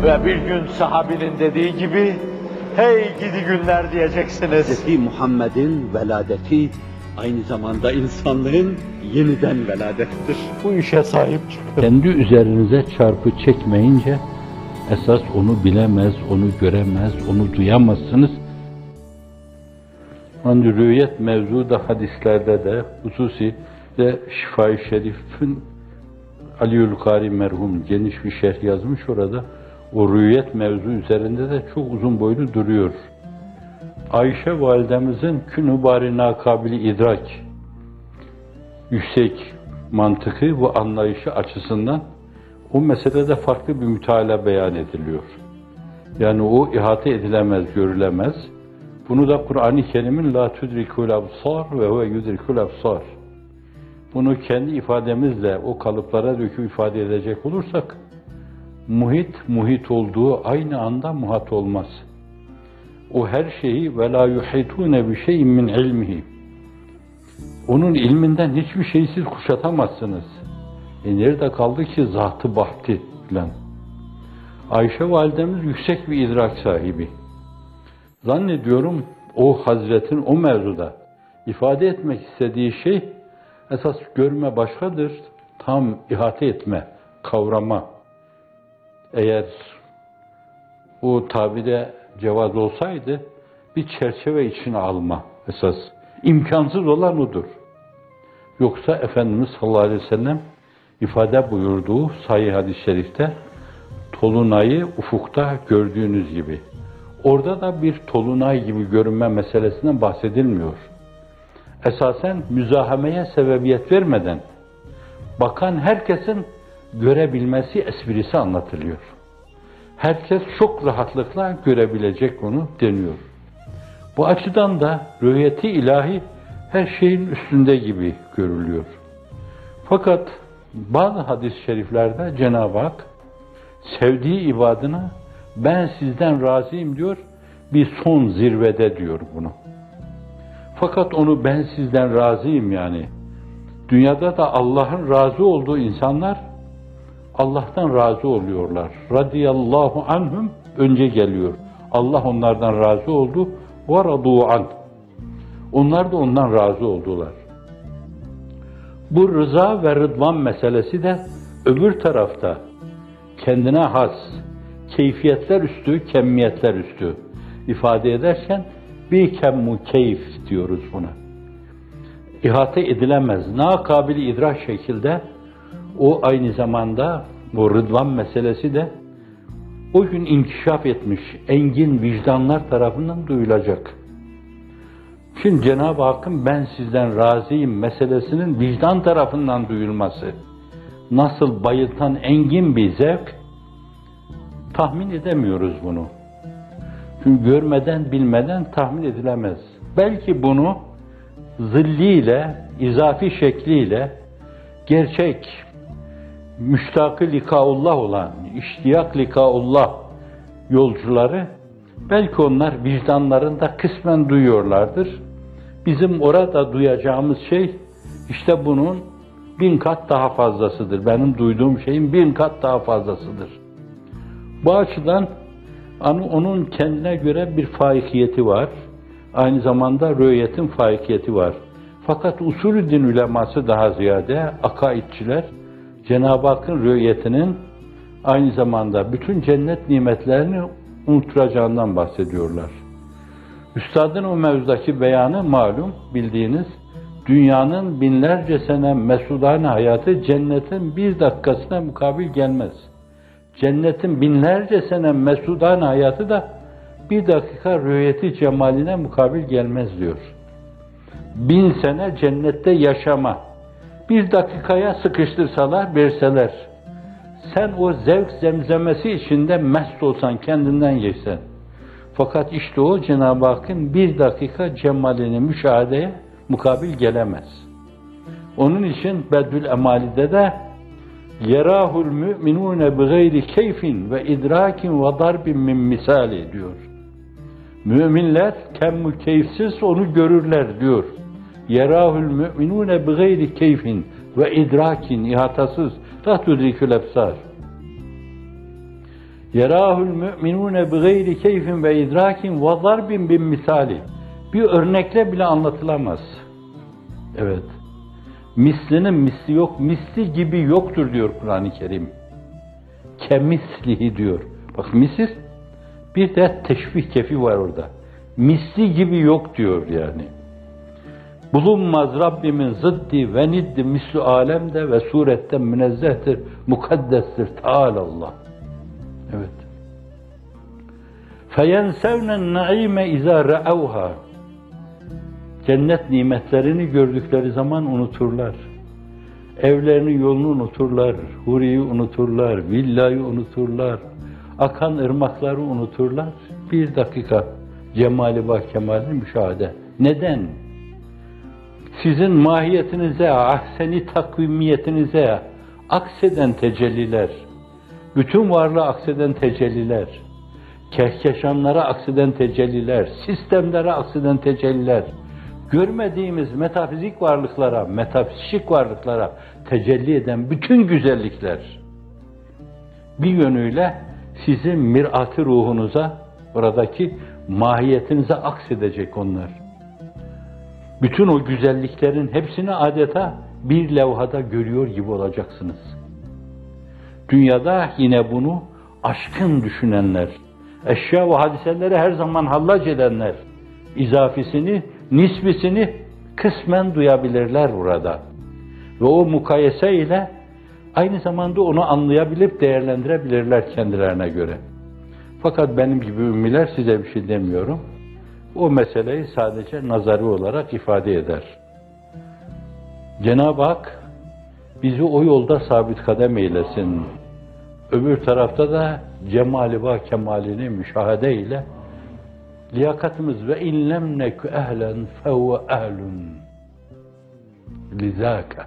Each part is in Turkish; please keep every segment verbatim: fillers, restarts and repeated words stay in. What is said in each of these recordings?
Ve bir gün sahabinin dediği gibi, hey gidi günler diyeceksiniz. Hazreti Muhammed'in veladeti aynı zamanda insanlığın yeniden veladettir. Bu işe sahip çıkın. Kendi üzerinize çarpı çekmeyince, esas onu bilemez, onu göremez, onu duyamazsınız. Hani rüyet mevzu da hadislerde de, hususi de Şifa-i Şerif'in Aliülkari merhum geniş bir şerh yazmış orada. O rüyet mevzu üzerinde de çok uzun boylu duruyor. Ayşe validemizin kün-ü bari nakabili idrak, yüksek mantıkı ve anlayışı açısından o meselede farklı bir müteala beyan ediliyor. Yani o ihate edilemez, görülemez. Bunu da Kur'an-ı Kerim'in la tudrikul absar ve huve yudrikul absar. Bunu kendi ifademizle o kalıplara döküp ifade edecek olursak, muhit, muhit olduğu aynı anda muhat olmaz. O her şeyi ve la yuhitune bi şey'in min ilmihi. Onun ilminden hiçbir şeyi siz kuşatamazsınız. E nerede kaldı ki zatı bahti filan. Ayşe validemiz yüksek bir idrak sahibi. Zannediyorum o Hazretin o mevzuda ifade etmek istediği şey esas görme başkadır, tam ihate etme, kavrama. Eğer o tabire cevaz olsaydı bir çerçeve içine alma esas. İmkansız olan odur. Yoksa Efendimiz sallallahu aleyhi ve sellem ifade buyurduğu sahih hadis-i şerifte tolunayı ufukta gördüğünüz gibi. Orada da bir tolunay gibi görünme meselesinden bahsedilmiyor. Esasen müzahameye sebebiyet vermeden bakan herkesin görebilmesi esprisi anlatılıyor. Herkes çok rahatlıkla görebilecek onu deniyor. Bu açıdan da rüyeti ilahi her şeyin üstünde gibi görülüyor. Fakat bazı hadis-i şeriflerde Cenab-ı Hak sevdiği ibadına ben sizden razıyım diyor, bir son zirvede diyor bunu. Fakat onu ben sizden razıyım yani. Dünyada da Allah'ın razı olduğu insanlar Allah'tan razı oluyorlar. Radiyallahu anhum önce geliyor. Allah onlardan razı oldu. Ve radu an. Onlar da ondan razı oldular. Bu rıza ve rıdvan meselesi de öbür tarafta kendine has, keyfiyetler üstü, kemmiyetler üstü ifade ederken bir kemmu keyif diyoruz buna. İhate edilemez, nakabili idrak şekilde o aynı zamanda bu rıdvan meselesi de o gün inkişaf etmiş engin vicdanlar tarafından duyulacak. Şimdi Cenab-ı Hakk'ın ben sizden razıyım meselesinin vicdan tarafından duyulması nasıl bayıltan engin bir zevk, tahmin edemiyoruz bunu. Çünkü görmeden, bilmeden tahmin edilemez. Belki bunu zilliyle, izafi şekliyle gerçek, müştak-ı likaullah olan, iştiyak likaullah yolcuları, belki onlar vicdanlarında kısmen duyuyorlardır. Bizim orada duyacağımız şey, işte bunun bin kat daha fazlasıdır. Benim duyduğum şeyin bin kat daha fazlasıdır. Bu açıdan onun kendine göre bir faikiyeti var. Aynı zamanda rüyetin faikiyeti var. Fakat usulü din uleması daha ziyade, akaidçiler, Cenab-ı Hakk'ın rüyetinin aynı zamanda bütün cennet nimetlerini unutturacağından bahsediyorlar. Üstadın o mevzudaki beyanı malum, bildiğiniz, dünyanın binlerce sene mesudane hayatı cennetin bir dakikasına mukabil gelmez. Cennetin binlerce sene mesudane hayatı da bir dakika rüyeti cemaline mukabil gelmez diyor. Bin sene cennette yaşama, bir dakikaya sıkıştırsalar, verseler, sen o zevk zemzemesi içinde mest olsan, kendinden geçsen. Fakat işte o Cenab-ı Hakk'ın bir dakika cemalini müşahedeye mukabil gelemez. Onun için Bedül Emali'de de yerahul müminune bi gayri keyfin ve idrakin ve darbin min misali diyor. Müminler kemmu keyifsiz onu görürler diyor. Yerahul müminune bi gayri keyfin ve idrakin, ihatasız, la tudrikül ebsar. Yerahul müminune bi gayri keyfin ve idrakin ve zarbin bin misali. Bir örnekle bile anlatılamaz. Evet. Mislinin misli yok, misli gibi yoktur diyor Kur'an-ı Kerim. Kemislihi diyor. Bak misil, bir de teşbih kefi var orada. Misli gibi yok diyor yani. Bulunmaz Rabbimin zıddi ve niddi mislu alemde ve suretten münezzehtir, mukaddestir, Teâlâ. Evet. فَيَنْسَوْنَ النَّعِيمَ اِذَا رَأَوْهَا. Cennet nimetlerini gördükleri zaman unuturlar. Evlerinin yolunu unuturlar, huriyi unuturlar, villayı unuturlar, akan ırmakları unuturlar. Bir dakika cemali bak kemalini müşahede. Neden? Sizin mahiyetinize, ahseni takvimiyetinize akseden tecelliler, bütün varlığa akseden tecelliler, kehkeşanlara akseden tecelliler, sistemlere akseden tecelliler, görmediğimiz metafizik varlıklara, metafizik varlıklara tecelli eden bütün güzellikler, bir yönüyle sizin mirat-ı ruhunuza, oradaki mahiyetinize aksedecek onlar. Bütün o güzelliklerin hepsini adeta bir levhada görüyor gibi olacaksınız. Dünyada yine bunu aşkın düşünenler, eşya ve hadiseleri her zaman hallac edenler, izafisini, nisbisini kısmen duyabilirler burada. Ve o mukayese ile aynı zamanda onu anlayabilip değerlendirebilirler kendilerine göre. Fakat benim gibi ümmiler size bir şey demiyorum. O meseleyi sadece nazari olarak ifade eder. Cenab-ı Hak bizi o yolda sabit kadem eylesin. Öbür tarafta da cemali ve kemalini müşahede ile liyakatımız ve inlem nekü ehlen fehuve ehlun lizâke.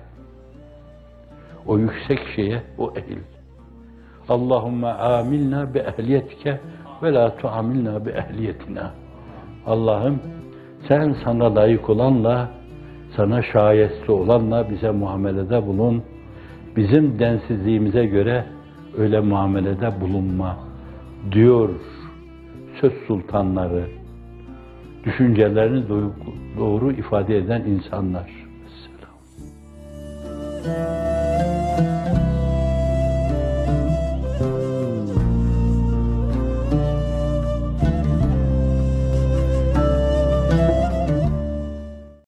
O yüksek şeye o ehil. Allahümme amilna bi ehliyetike ve la tuamilna bi ehliyetina. Allah'ım sen sana layık olanla, sana şayeste olanla bize muamelede bulun. Bizim densizliğimize göre öyle muamelede bulunma diyor söz sultanları, düşüncelerini doğru ifade eden insanlar.